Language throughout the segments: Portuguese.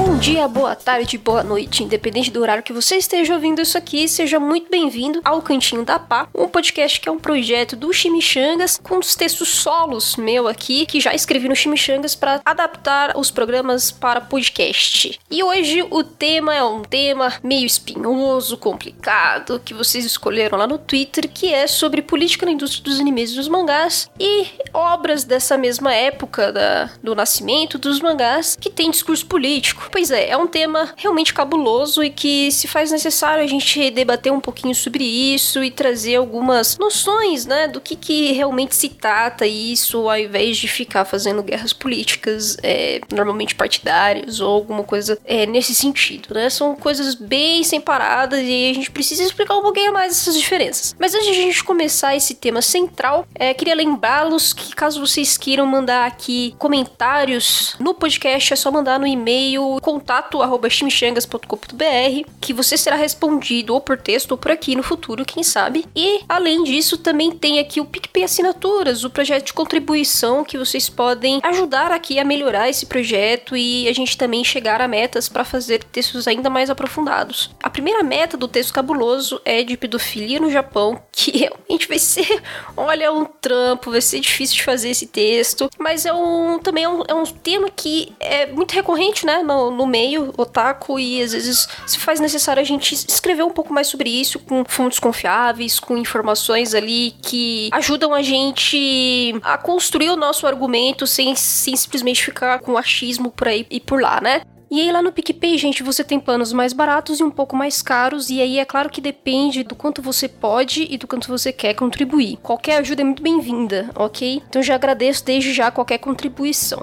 Bom dia, boa tarde, boa noite, independente do horário que você esteja ouvindo isso aqui, seja muito bem-vindo ao Cantinho da Pá, um podcast que é um projeto do Chimichangas, com os textos solos meu aqui, que já escrevi no Chimichangas para adaptar os programas para podcast. E hoje o tema é um tema meio espinhoso, complicado, que vocês escolheram lá no Twitter, que é sobre política na indústria dos animes e dos mangás, e obras dessa mesma época do nascimento dos mangás, que tem discurso político. Pois é um tema realmente cabuloso e que se faz necessário a gente debater um pouquinho sobre isso e trazer algumas noções, né, do que realmente se trata isso, ao invés de ficar fazendo guerras políticas, normalmente partidárias ou alguma coisa nesse sentido, né? São coisas bem separadas e a gente precisa explicar um pouquinho mais essas diferenças. Mas antes de a gente começar esse tema central, queria lembrá-los que caso vocês queiram mandar aqui comentários no podcast, é só mandar no e-mail contato@chimichangas.com.br, que você será respondido ou por texto ou por aqui no futuro, quem sabe. E, além disso, também tem aqui o PicPay Assinaturas, o projeto de contribuição que vocês podem ajudar aqui a melhorar esse projeto e a gente também chegar a metas para fazer textos ainda mais aprofundados. A primeira meta do texto cabuloso é de pedofilia no Japão, que realmente vai ser, olha, um trampo, vai ser difícil de fazer esse texto, mas também é um tema que é muito recorrente, né, no meio otaku, e às vezes se faz necessário a gente escrever um pouco mais sobre isso, com fontes confiáveis, com informações ali que ajudam a gente a construir o nosso argumento sem simplesmente ficar com achismo por aí e por lá, né? E aí lá no PicPay, gente, você tem planos mais baratos e um pouco mais caros, e aí é claro que depende do quanto você pode e do quanto você quer contribuir. Qualquer ajuda é muito bem-vinda, ok? Então já agradeço desde já qualquer contribuição.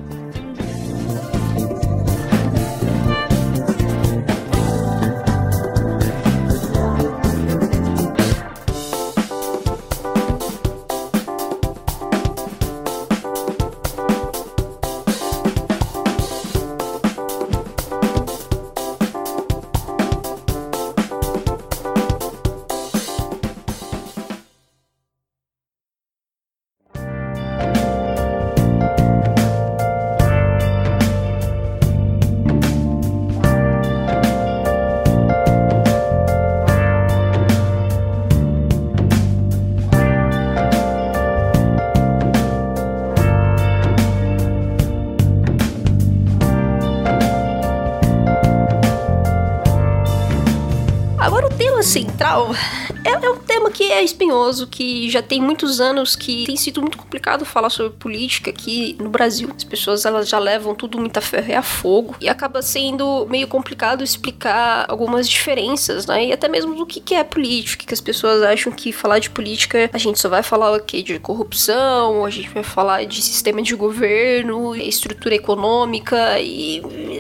Central é um tema que é espinhoso, que já tem muitos anos, que tem sido muito complicado falar sobre política aqui no Brasil. As pessoas elas já levam tudo muito a ferro e a fogo, e acaba sendo meio complicado explicar algumas diferenças, né? E até mesmo do que é política, que as pessoas acham que falar de política a gente só vai falar o quê? De corrupção, a gente vai falar de sistema de governo, estrutura econômica, e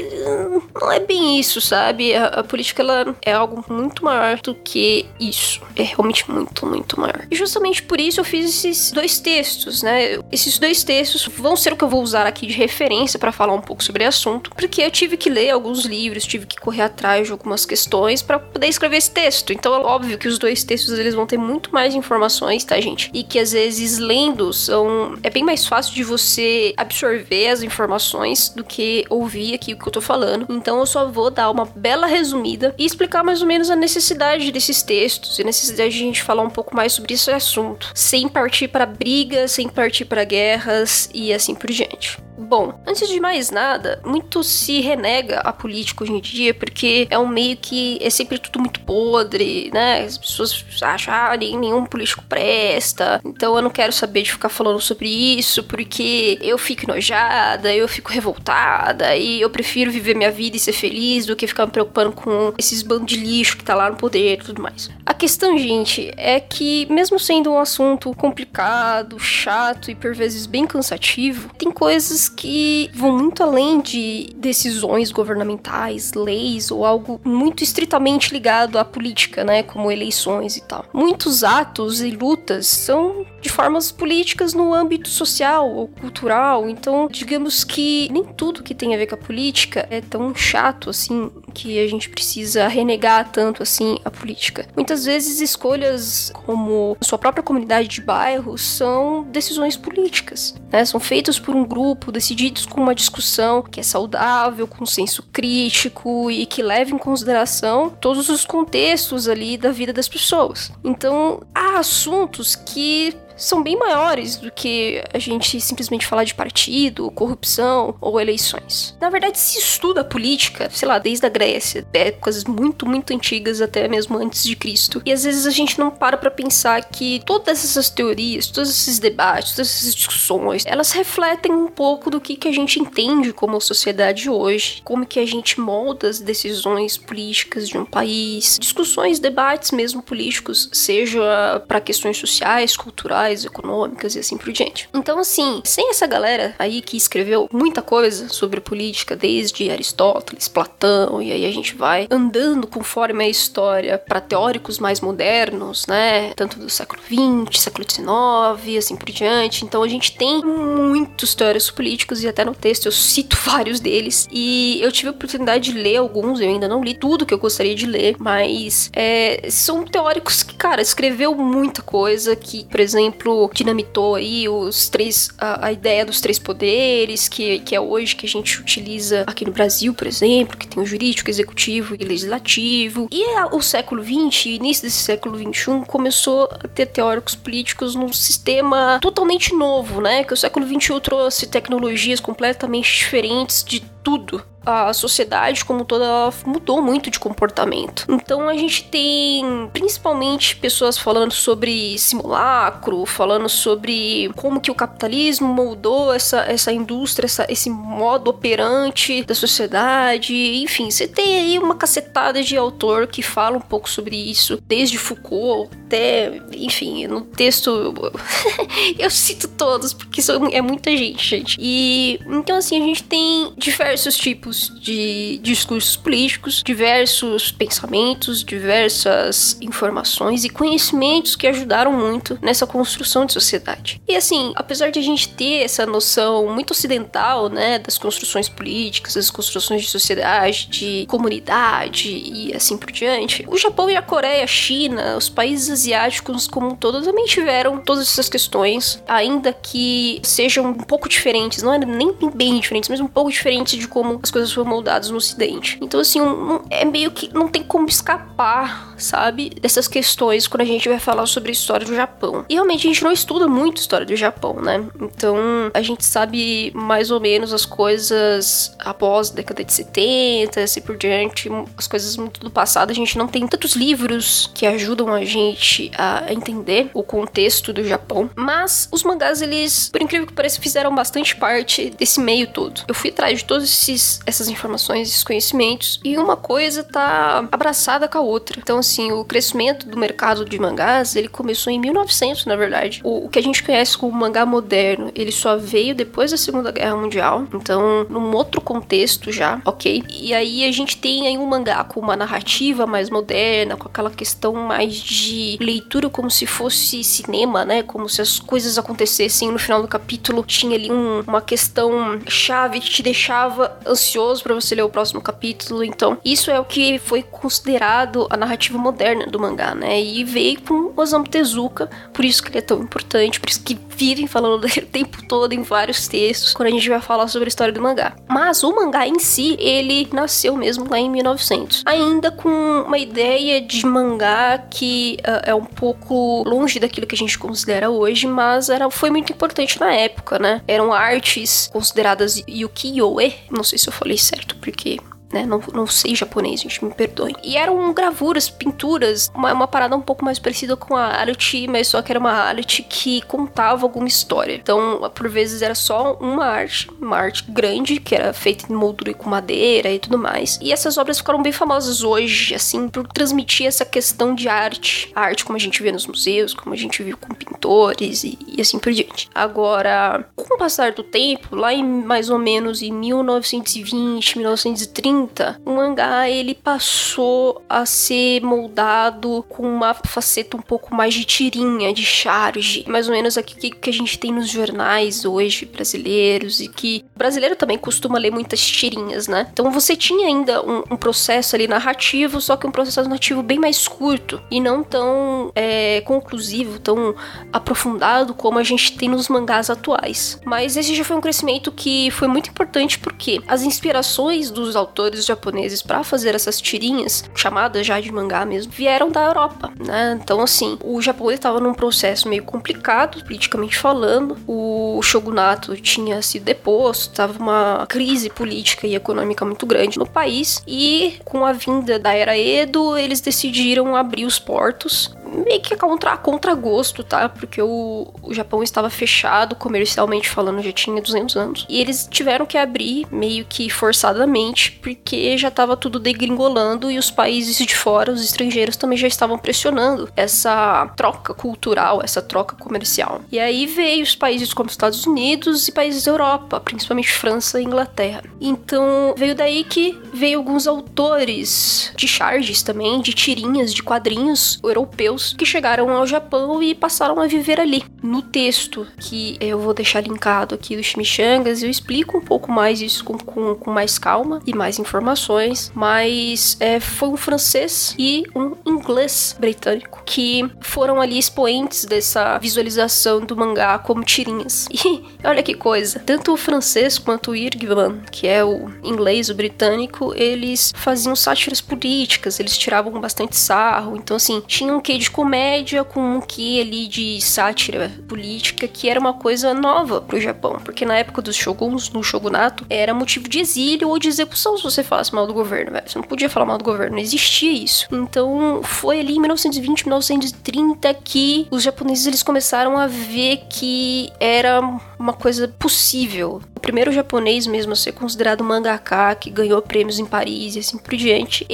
não é bem isso, sabe? A política ela é algo muito maior do que isso. É realmente muito, muito maior. E justamente por isso eu fiz esses dois textos, né? Esses dois textos vão ser o que eu vou usar aqui de referência para falar um pouco sobre o assunto, porque eu tive que ler alguns livros, tive que correr atrás de algumas questões para poder escrever esse texto. Então é óbvio que os dois textos eles vão ter muito mais informações, tá, gente? E que às vezes lendo é bem mais fácil de você absorver as informações do que ouvir aqui o que eu tô falando. Então eu só vou dar uma bela resumida e explicar mais ou menos a necessidade desses textos e a necessidade de a gente falar um pouco mais sobre esse assunto, sem partir para brigas, sem partir para guerras e assim por diante. Bom, antes de mais nada, muito se renega a política hoje em dia, porque é um meio que é sempre tudo muito podre, né? As pessoas acham, nenhum político presta, então eu não quero saber de ficar falando sobre isso, porque eu fico enojada, eu fico revoltada, e eu prefiro viver minha vida e ser feliz do que ficar me preocupando com esses bandos de lixo que tá lá no poder e tudo mais. A questão, gente, é que mesmo sendo um assunto complicado, chato e por vezes bem cansativo, tem coisas que vão muito além de decisões governamentais, leis ou algo muito estritamente ligado à política, né, como eleições e tal. Muitos atos e lutas são de formas políticas no âmbito social ou cultural, então digamos que nem tudo que tem a ver com a política é tão chato assim, que a gente precisa renegar tanto assim a política. Muitas vezes escolhas como a sua própria comunidade de bairro são decisões políticas, né? São feitas por um grupo, decididos com uma discussão que é saudável, com senso crítico e que leva em consideração todos os contextos ali da vida das pessoas. Então, há assuntos que são bem maiores do que a gente simplesmente falar de partido, corrupção ou eleições. Na verdade, se estuda política, sei lá, desde a Grécia, épocas muito, muito antigas, até mesmo antes de Cristo. E às vezes a gente não para pra pensar que todas essas teorias, todos esses debates, todas essas discussões, elas refletem um pouco do que a gente entende como sociedade hoje, como que a gente molda as decisões políticas de um país, discussões, debates mesmo políticos, seja para questões sociais, culturais, econômicas e assim por diante. Então, assim, sem essa galera aí que escreveu muita coisa sobre política, desde Aristóteles, Platão, e aí a gente vai andando conforme a história para teóricos mais modernos, né? Tanto do século XX, século XIX e assim por diante. Então, a gente tem muitos teóricos políticos e até no texto eu cito vários deles. E eu tive a oportunidade de ler alguns, eu ainda não li tudo que eu gostaria de ler, mas são teóricos que, cara, escreveu muita coisa que, por exemplo, dinamitou aí a ideia dos três poderes, que é hoje que a gente utiliza aqui no Brasil, por exemplo, que tem o jurídico, executivo e legislativo. E o século XX, início desse século XXI, começou a ter teóricos políticos num sistema totalmente novo, né? Que o século XXI trouxe tecnologias completamente diferentes de tudo. A sociedade como toda ela mudou muito de comportamento. Então a gente tem principalmente pessoas falando sobre simulacro, falando sobre como que o capitalismo moldou essa indústria, esse modo operante da sociedade. Enfim, você tem aí uma cacetada de autor que fala um pouco sobre isso, desde Foucault até, enfim, no texto eu cito todos porque é muita gente. E então assim, a gente tem diversos tipos de discursos políticos, diversos pensamentos, diversas informações e conhecimentos que ajudaram muito nessa construção de sociedade. E assim, apesar de a gente ter essa noção muito ocidental, né, das construções políticas, das construções de sociedade, de comunidade e assim por diante, o Japão e a Coreia, a China, os países asiáticos como um todo também tiveram todas essas questões, ainda que sejam um pouco diferentes, não é nem bem diferentes, mas um pouco diferentes de como as coisas foram moldadas no Ocidente. Então, assim, é meio que não tem como escapar, sabe, dessas questões quando a gente vai falar sobre a história do Japão. E realmente a gente não estuda muito a história do Japão, né? Então, a gente sabe mais ou menos as coisas após a década de 70, assim por diante, as coisas muito do passado. A gente não tem tantos livros que ajudam a gente a entender o contexto do Japão. Mas os mangás, eles, por incrível que pareça, fizeram bastante parte desse meio todo. Eu fui atrás de todas essas informações, esses conhecimentos, e uma coisa tá abraçada com a outra. Então, assim, o crescimento do mercado de mangás, ele começou em 1900, na verdade. O que a gente conhece como mangá moderno, ele só veio depois da Segunda Guerra Mundial, então, num outro contexto já, ok? E aí a gente tem aí um mangá com uma narrativa mais moderna, com aquela questão mais de leitura como se fosse cinema, né? Como se as coisas acontecessem no final do capítulo, tinha ali uma questão chave que te deixava ansioso pra você ler o próximo capítulo. Então, isso é o que foi considerado a narrativa moderna do mangá, né? E veio com Osamu Tezuka, por isso que ele é tão importante, por isso que vivem falando dele o tempo todo em vários textos, quando a gente vai falar sobre a história do mangá. Mas o mangá em si, ele nasceu mesmo lá em 1900, ainda com uma ideia de mangá que é um pouco longe daquilo que a gente considera hoje, mas foi muito importante na época, né? Eram artes consideradas ukiyo-e, não sei se eu falei certo, porque né? Não sei japonês, gente, me perdoem. E eram gravuras, pinturas, uma parada um pouco mais parecida com a arte, mas só que era uma arte que contava alguma história. Então, por vezes era só uma arte grande, que era feita em moldura com madeira e tudo mais. E essas obras ficaram bem famosas hoje, assim, por transmitir essa questão de arte. A arte como a gente vê nos museus, como a gente viu com pintores e assim por diante. Agora, com o passar do tempo, lá em mais ou menos em 1920, 1930, 30, o mangá ele passou a ser moldado com uma faceta um pouco mais de tirinha, de charge, mais ou menos aqui que a gente tem nos jornais hoje brasileiros, e que o brasileiro também costuma ler muitas tirinhas, né? Então você tinha ainda um processo ali narrativo, só que um processo narrativo bem mais curto e não tão conclusivo, tão aprofundado como a gente tem nos mangás atuais. Mas esse já foi um crescimento que foi muito importante porque as inspirações dos autores japoneses para fazer essas tirinhas, chamadas já de mangá mesmo, vieram da Europa, né? Então, assim, o Japão estava num processo meio complicado, politicamente falando. O shogunato tinha sido deposto, estava uma crise política e econômica muito grande no país, e com a vinda da Era Edo, eles decidiram abrir os portos, meio que a contragosto, tá? Porque o Japão estava fechado, comercialmente falando, já tinha 200 anos. E eles tiveram que abrir meio que forçadamente, porque já estava tudo degringolando e os países de fora, os estrangeiros, também já estavam pressionando essa troca cultural, essa troca comercial. E aí veio os países como Estados Unidos e países da Europa, principalmente França e Inglaterra. Então veio daí que veio alguns autores de charges também, de tirinhas, de quadrinhos europeus, que chegaram ao Japão e passaram a viver ali. No texto, que eu vou deixar linkado aqui do Chimichangas, eu explico um pouco mais isso com mais calma e mais informações, mas foi um francês e um inglês britânico que foram ali expoentes dessa visualização do mangá como tirinhas. E olha que coisa, tanto o francês quanto o Irgman, que é o inglês, o britânico, eles faziam sátiras políticas, eles tiravam bastante sarro, então assim, tinha um quê de comédia com um quê ali de sátira política, que era uma coisa nova pro Japão, porque na época dos shoguns, no shogunato, era motivo de exílio ou de execução se você falasse mal do governo, velho. Você não podia falar mal do governo, não existia isso. Então foi ali em 1920, 1930 que os japoneses eles começaram a ver que era uma coisa possível. O primeiro japonês mesmo a ser considerado mangaka, que ganhou prêmios em Paris e assim por diante,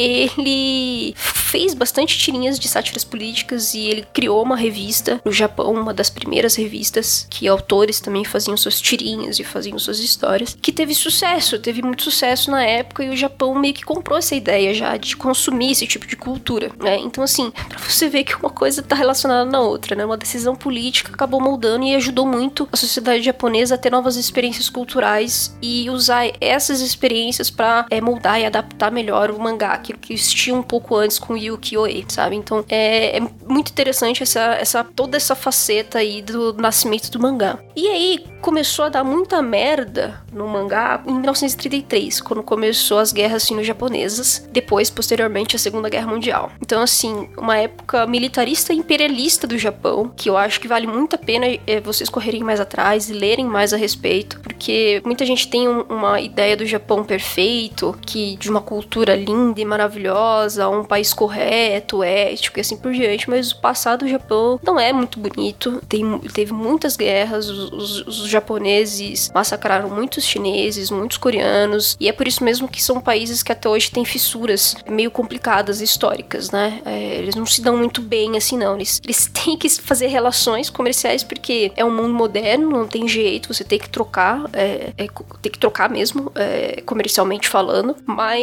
ele fez bastante tirinhas de sátiras políticas e ele criou uma revista no Japão, uma das primeiras revistas que autores também faziam suas tirinhas e faziam suas histórias, que teve sucesso, teve muito sucesso na época, e o Japão meio que comprou essa ideia já de consumir esse tipo de cultura, né? Então assim, pra você ver que uma coisa tá relacionada na outra, né? Uma decisão política acabou moldando e ajudou muito a sociedade japonesa a ter novas experiências culturais e usar essas experiências pra moldar e adaptar melhor o mangá, aquilo que existia um pouco antes com o Ukiyo-e, sabe? Então é muito interessante toda essa faceta aí do nascimento do mangá. E aí começou a dar muita merda no mangá em 1933, quando começou as guerras sino-japonesas, depois, posteriormente, a Segunda Guerra Mundial. Então, assim, uma época militarista e imperialista do Japão, que eu acho que vale muito a pena vocês correrem mais atrás e lerem mais a respeito, porque muita gente tem uma ideia do Japão perfeito, que de uma cultura linda e maravilhosa, um país correto, ético e assim por diante, mas o passado do Japão não é muito bonito, teve muitas guerras, os japoneses massacraram muitos chineses, muitos coreanos, e é por isso mesmo que são países que até hoje têm fissuras meio complicadas históricas, né? Eles não se dão muito bem assim, não. Eles têm que fazer relações comerciais porque é um mundo moderno, não tem jeito, você tem que trocar, tem que trocar mesmo, comercialmente falando,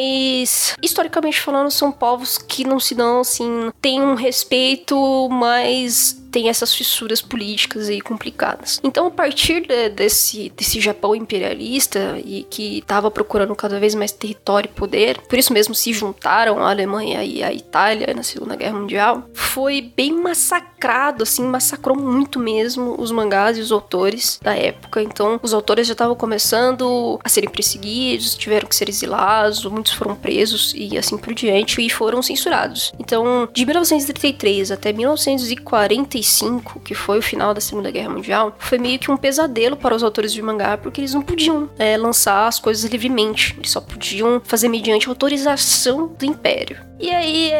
mas historicamente falando, são povos que não se dão assim, tem um respeito, mas tem essas fissuras políticas aí complicadas. Então, a partir desse Japão imperialista e que estava procurando cada vez mais território e poder, por isso mesmo se juntaram a Alemanha e a Itália na Segunda Guerra Mundial, foi bem massacrado, assim, massacrou muito mesmo os mangás e os autores da época. Então, os autores já estavam começando a serem perseguidos, tiveram que ser exilados, muitos foram presos e assim por diante, e foram censurados. Então, de 1933 até 1945, que foi o final da Segunda Guerra Mundial, foi meio que um pesadelo para os autores de mangá, porque eles não podiam lançar as coisas livremente, eles só podiam fazer mediante autorização do Império. E aí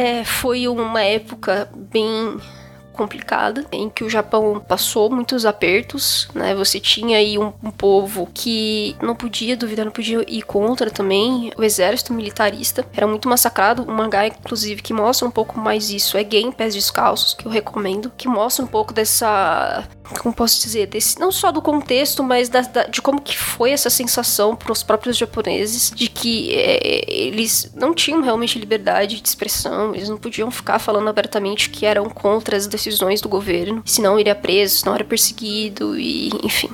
foi uma época bem complicada, em que o Japão passou muitos apertos, né? Você tinha aí um povo que não podia duvidar, não podia ir contra também. O exército militarista era muito massacrado. Um mangá, inclusive, que mostra um pouco mais isso é Gen Pés Descalços, que eu recomendo, que mostra um pouco dessa como posso dizer, não só do contexto, mas de como que foi essa sensação para os próprios japoneses de que eles não tinham realmente liberdade de expressão, eles não podiam ficar falando abertamente que eram contra as decisões do governo, senão iria preso, senão era perseguido, e enfim.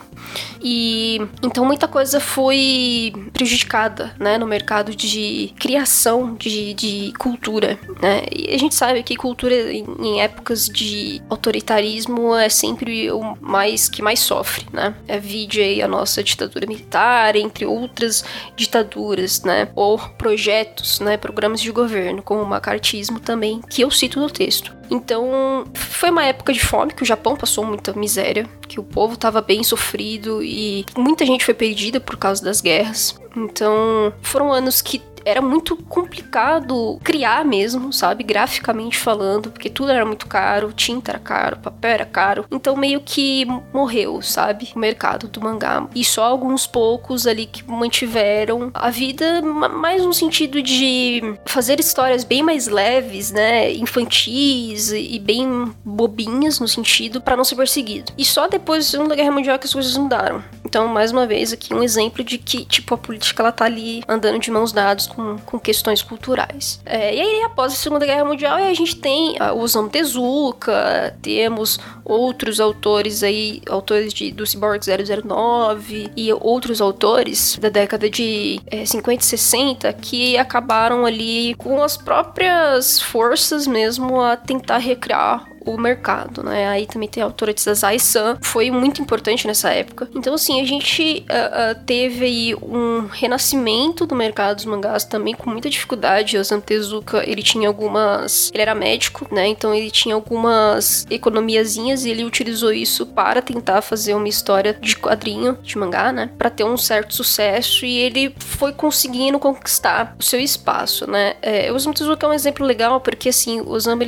E então muita coisa foi prejudicada, né, no mercado de criação de cultura, né? E a gente sabe que cultura em épocas de autoritarismo é sempre o que mais sofre, né? Vide aí a nossa ditadura militar, entre outras ditaduras, né? Ou projetos, né? Programas de governo, como o macartismo também, que eu cito no texto. Então, foi uma época de fome, que o Japão passou muita miséria, que o povo estava bem sofrido e muita gente foi perdida por causa das guerras. Então, foram anos que era muito complicado criar mesmo, sabe? Graficamente falando, porque tudo era muito caro, tinta era caro, papel era caro. Então meio que morreu, sabe? O mercado do mangá. E só alguns poucos ali que mantiveram a vida, mais no sentido de fazer histórias bem mais leves, né? Infantis e bem bobinhas no sentido para não ser perseguido. E só depois da Segunda Guerra Mundial que as coisas mudaram. Então, mais uma vez, aqui um exemplo de que, tipo, a política ela tá ali andando de mãos dadas com questões culturais. E aí, após a Segunda Guerra Mundial, a gente tem o Osamu Tezuka, temos outros autores aí, autores do Cyborg 009 e outros autores da década de 50 e 60 que acabaram ali com as próprias forças mesmo a tentar recriar o mercado, né? Aí também tem a autora de Sazai-san, foi muito importante nessa época. Então, assim, a gente teve aí um renascimento do mercado dos mangás também com muita dificuldade. O Osamu Tezuka, ele era médico, né? Então ele tinha algumas economiazinhas e ele utilizou isso para tentar fazer uma história de quadrinho, de mangá, né? Para ter um certo sucesso e ele foi conseguindo conquistar o seu espaço, né? O Osamu Tezuka é um exemplo legal porque, assim,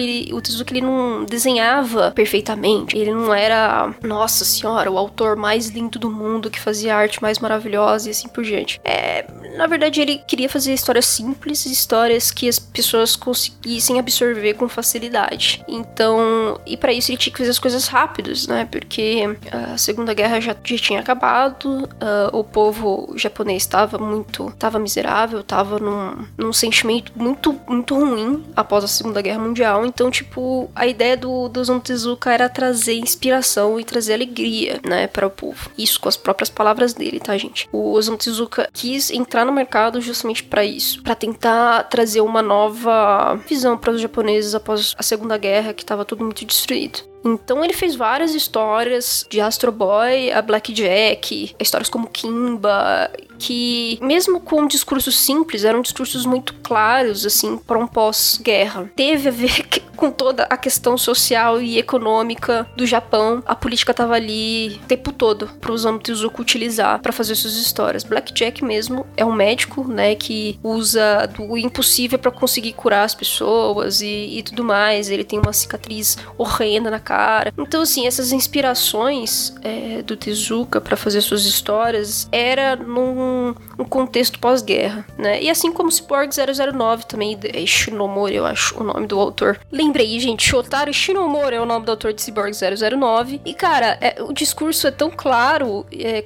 o Tezuka, ele não desenhava perfeitamente. Ele não era, nossa senhora, o autor mais lindo do mundo que fazia arte mais maravilhosa e assim por diante. Na verdade, ele queria fazer histórias simples, histórias que as pessoas conseguissem absorver com facilidade. Então, e para isso ele tinha que fazer as coisas rápidas, né? Porque a Segunda Guerra já tinha acabado, o povo japonês estava miserável, estava num sentimento muito, muito ruim após a Segunda Guerra Mundial. Então, tipo, a ideia do Osamu Tezuka era trazer inspiração e trazer alegria, né, para o povo. Isso com as próprias palavras dele, tá, gente? O Osamu Tezuka quis entrar no mercado justamente para isso, para tentar trazer uma nova visão para os japoneses após a Segunda Guerra, que estava tudo muito destruído. Então ele fez várias histórias de Astro Boy a Blackjack, histórias como Kimba, que mesmo com discursos simples, eram discursos muito claros, assim, para um pós-guerra. Teve a ver com toda a questão social e econômica do Japão. A política tava ali o tempo todo para o Osamu Tezuka utilizar para fazer suas histórias. Blackjack mesmo é um médico, né, que usa do impossível para conseguir curar as pessoas e tudo mais. Ele tem uma cicatriz horrenda na cara. Então, assim, essas inspirações do Tezuka para fazer suas histórias era num contexto pós-guerra, né? E assim como o Cyborg 009 também, Shinomori, eu acho o nome do autor. Lembrei, gente, Shotaro Shinomori é o nome do autor de Cyborg 009. E, cara, o discurso é tão claro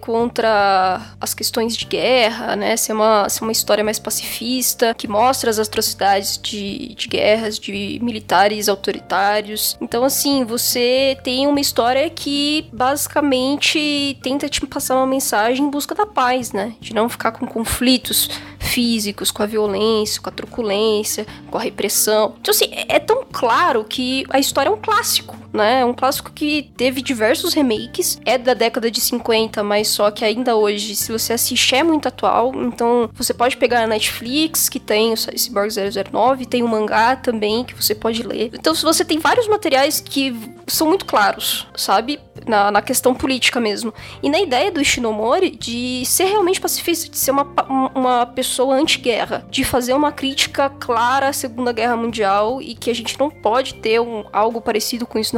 contra as questões de guerra, né? Ser uma história mais pacifista, que mostra as atrocidades de guerras, de militares autoritários. Então, assim, você tem uma história que basicamente tenta te passar uma mensagem em busca da paz, né? De não ficar com conflitos físicos, com a violência, com a truculência, com a repressão. Então, assim, é tão claro que a história é um clássico, né? É um clássico que teve diversos remakes, é da década de 50, mas só que ainda hoje, se você assistir, é muito atual. Então, você pode pegar a Netflix, que tem o Cyborg 009, tem o mangá também, que você pode ler. Então, se você tem vários materiais que são muito claros, sabe? Na questão política mesmo. E na ideia do Ishinomori de ser realmente pacifista, de ser uma pessoa anti-guerra, de fazer uma crítica clara à Segunda Guerra Mundial e que a gente não pode ter algo parecido com isso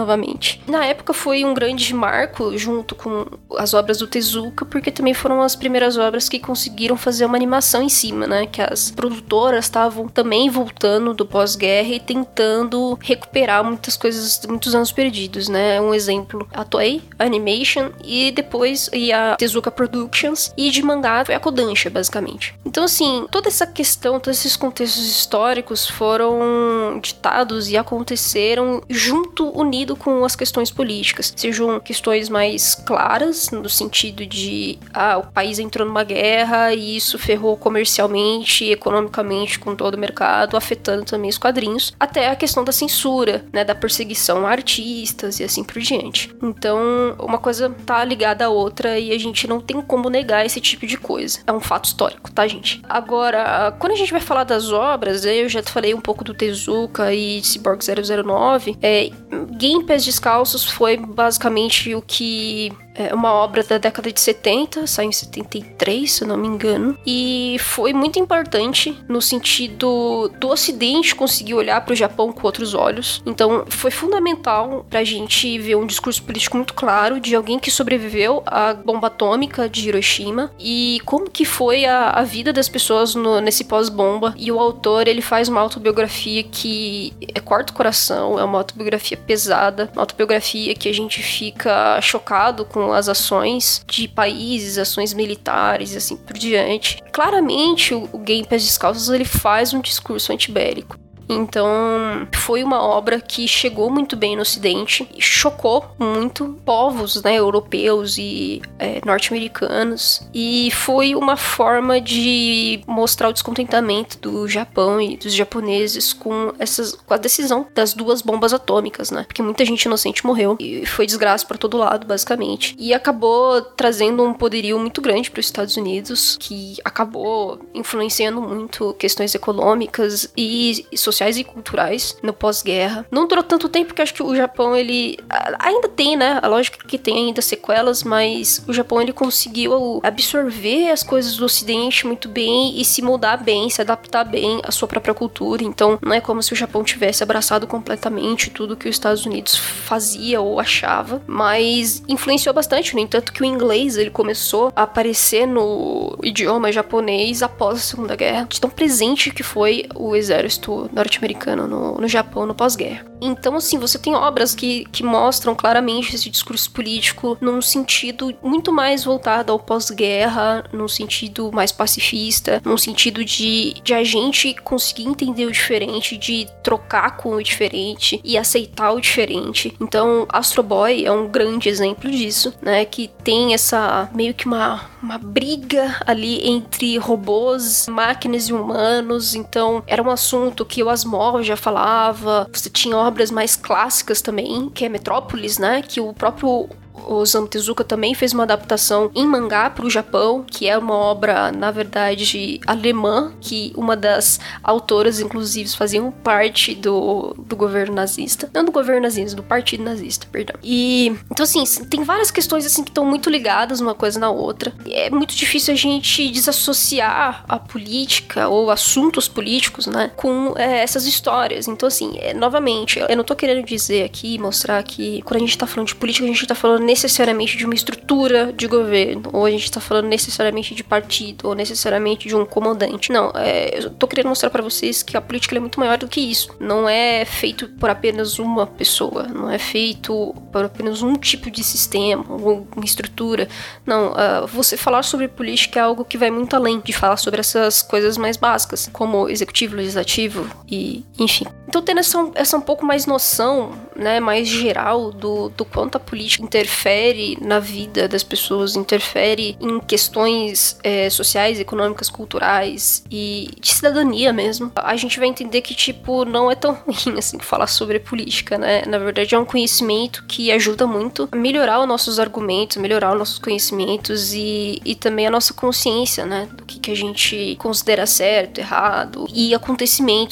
novamente. Na época foi um grande marco junto com as obras do Tezuka, porque também foram as primeiras obras que conseguiram fazer uma animação em cima, né? Que as produtoras estavam também voltando do pós-guerra e tentando recuperar muitas coisas, muitos anos perdidos, né? Um exemplo, a Toei Animation e depois a Tezuka Productions, e de mangá foi a Kodansha, basicamente. Então, assim, toda essa questão, todos esses contextos históricos foram ditados e aconteceram junto, unido com as questões políticas. Sejam questões mais claras, no sentido de, o país entrou numa guerra e isso ferrou comercialmente e economicamente com todo o mercado, afetando também os quadrinhos, até a questão da censura, né, da perseguição a artistas e assim por diante. Então, uma coisa tá ligada à outra e a gente não tem como negar esse tipo de coisa. É um fato histórico, tá, gente? Agora, quando a gente vai falar das obras, eu já falei um pouco do Tezuka e Cyborg 009, Game Pés Descalços foi basicamente o que... uma obra da década de 70, saiu em 73, se eu não me engano, e foi muito importante no sentido do Ocidente conseguir olhar para o Japão com outros olhos. Então, foi fundamental pra gente ver um discurso político muito claro de alguém que sobreviveu à bomba atômica de Hiroshima e como que foi a vida das pessoas nesse pós-bomba. E o autor, ele faz uma autobiografia que corta o coração, é uma autobiografia pesada, uma autobiografia que a gente fica chocado com as ações de países, ações militares e assim por diante. Claramente, o Game Pés Descalços, ele faz um discurso antibélico. Então, foi uma obra que chegou muito bem no Ocidente, chocou muito povos, né, europeus e norte-americanos, e foi uma forma de mostrar o descontentamento do Japão e dos japoneses com a decisão das duas bombas atômicas, né, porque muita gente inocente morreu e foi desgraça para todo lado, basicamente, e acabou trazendo um poderio muito grande para os Estados Unidos, que acabou influenciando muito questões econômicas e sociais e culturais no pós-guerra. Não durou tanto tempo, porque acho que o Japão, ele ainda tem, né? A lógica que tem ainda sequelas, mas o Japão, ele conseguiu absorver as coisas do Ocidente muito bem e se moldar bem, se adaptar bem à sua própria cultura. Então, não é como se o Japão tivesse abraçado completamente tudo que os Estados Unidos fazia ou achava, mas influenciou bastante. No entanto, que o inglês, ele começou a aparecer no idioma japonês após a Segunda Guerra, de tão presente que foi o exército norte-americano no Japão no pós-guerra. Então, assim, você tem obras que mostram claramente esse discurso político num sentido muito mais voltado ao pós-guerra, num sentido mais pacifista, num sentido de a gente conseguir entender o diferente, de trocar com o diferente e aceitar o diferente. Então, Astro Boy é um grande exemplo disso, né, que tem essa meio que uma briga ali entre robôs, máquinas e humanos. Então, era um assunto que o Asimov já falava. Você tinha obras mais clássicas também, que é Metrópolis, né, que o próprio Osamu Tezuka também fez uma adaptação em mangá para o Japão, que é uma obra, na verdade, alemã, que uma das autoras, inclusive, faziam parte do governo nazista. Não do governo nazista, do partido nazista, perdão. E, então, assim, tem várias questões, assim, que estão muito ligadas uma coisa na outra. E é muito difícil a gente desassociar a política ou assuntos políticos, né, com essas histórias. Então, assim, novamente, eu não tô querendo dizer aqui, mostrar que quando a gente tá falando de política, a gente tá falando necessariamente de uma estrutura de governo, ou a gente tá falando necessariamente de partido, ou necessariamente de um comandante. Não, eu tô querendo mostrar pra vocês que a política é muito maior do que isso. Não é feito por apenas uma pessoa, não é feito por apenas um tipo de sistema, ou uma estrutura. Não, você falar sobre política é algo que vai muito além de falar sobre essas coisas mais básicas, como executivo, legislativo e enfim. Então, tendo essa um pouco mais noção, né, mais geral do quanto a política interfere na vida das pessoas, interfere em questões sociais, econômicas, culturais e de cidadania mesmo, a gente vai entender que, tipo, não é tão ruim assim falar sobre política, né? Na verdade, é um conhecimento que ajuda muito a melhorar os nossos argumentos, melhorar os nossos conhecimentos e também a nossa consciência, né? Do que a gente considera certo, errado e acontecimentos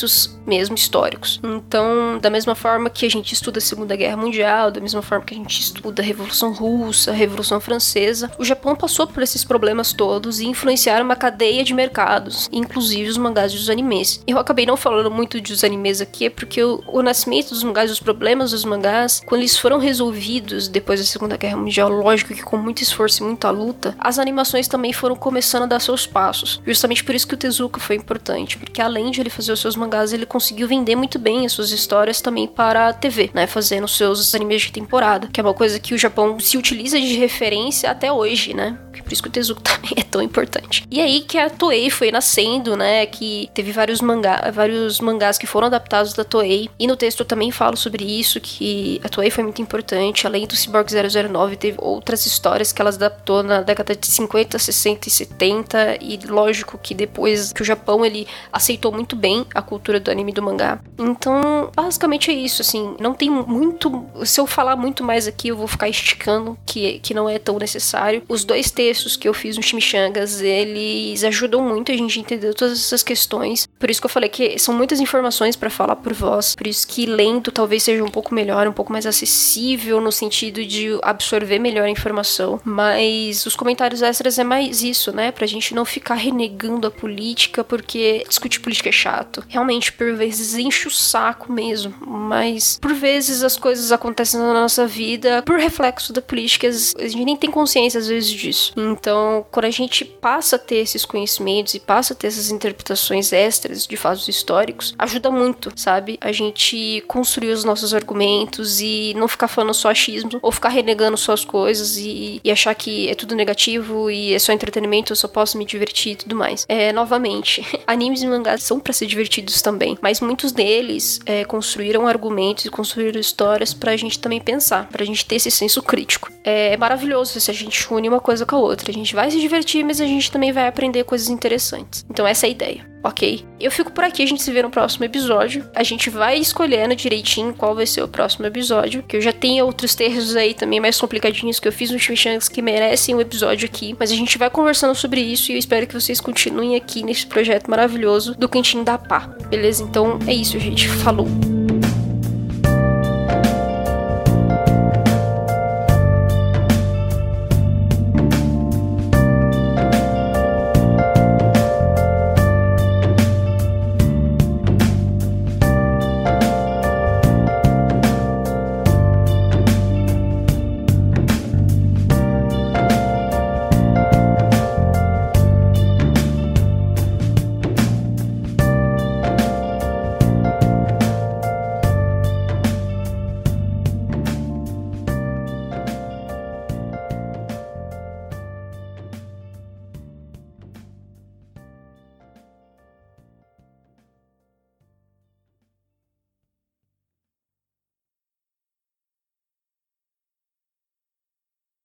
mesmo históricos. Então, da mesma forma que a gente estuda a Segunda Guerra Mundial, da mesma forma que a gente estuda a Revolução Russa, a Revolução Francesa, o Japão passou por esses problemas todos e influenciaram uma cadeia de mercados, inclusive os mangás e os animes. Eu acabei não falando muito dos animes aqui, porque o nascimento dos mangás, os problemas dos mangás, quando eles foram resolvidos depois da Segunda Guerra Mundial, lógico que com muito esforço e muita luta, as animações também foram começando a dar seus passos. Justamente por isso que o Tezuka foi importante, porque além de ele fazer os seus mangás, ele conseguiu vender muito bem as suas histórias também para a TV, né, fazendo seus animes de temporada, que é uma coisa que o Japão se utiliza de referência até hoje, né, por isso que o Tezuka também é tão importante. E aí que a Toei foi nascendo, né, que teve vários mangás que foram adaptados da Toei, e no texto eu também falo sobre isso, que a Toei foi muito importante, além do Cyborg 009, teve outras histórias que ela adaptou na década de 50, 60 e 70, e lógico que depois que o Japão, ele aceitou muito bem a cultura do anime e do mangá. Então, basicamente é isso, assim, não tem muito, se eu falar muito mais aqui, eu vou ficar esticando, que não é tão necessário. Os dois textos que eu fiz no Chimichangas, eles ajudam muito a gente a entender todas essas questões, por isso que eu falei que são muitas informações pra falar por voz, por isso que lendo talvez seja um pouco melhor, um pouco mais acessível no sentido de absorver melhor a informação, mas os comentários extras é mais isso, né, pra gente não ficar renegando a política, porque discutir política é chato. Realmente, por vezes, enche o saco mesmo, mas por vezes as coisas acontecem na nossa vida por reflexo da política, a gente nem tem consciência às vezes disso. Então, quando a gente passa a ter esses conhecimentos e passa a ter essas interpretações extras de fatos históricos, ajuda muito, sabe? A gente construir os nossos argumentos e não ficar falando só achismo, ou ficar renegando só as coisas e achar que é tudo negativo e é só entretenimento, eu só posso me divertir e tudo mais. Novamente, animes e mangás são pra ser divertidos também, mas muitos deles construíram argumentos e construíram histórias pra gente também pensar, pra gente ter esse senso crítico. É maravilhoso se a gente une uma coisa com a outra. A gente vai se divertir, mas a gente também vai aprender coisas interessantes. Então essa é a ideia. Ok? Eu fico por aqui, a gente se vê no próximo episódio. A gente vai escolhendo direitinho qual vai ser o próximo episódio, que eu já tenho outros textos aí também mais complicadinhos que eu fiz no Chimichangas que merecem um episódio aqui, mas a gente vai conversando sobre isso e eu espero que vocês continuem aqui nesse projeto maravilhoso do Cantinho da Pá, beleza? Então é isso, gente. Falou!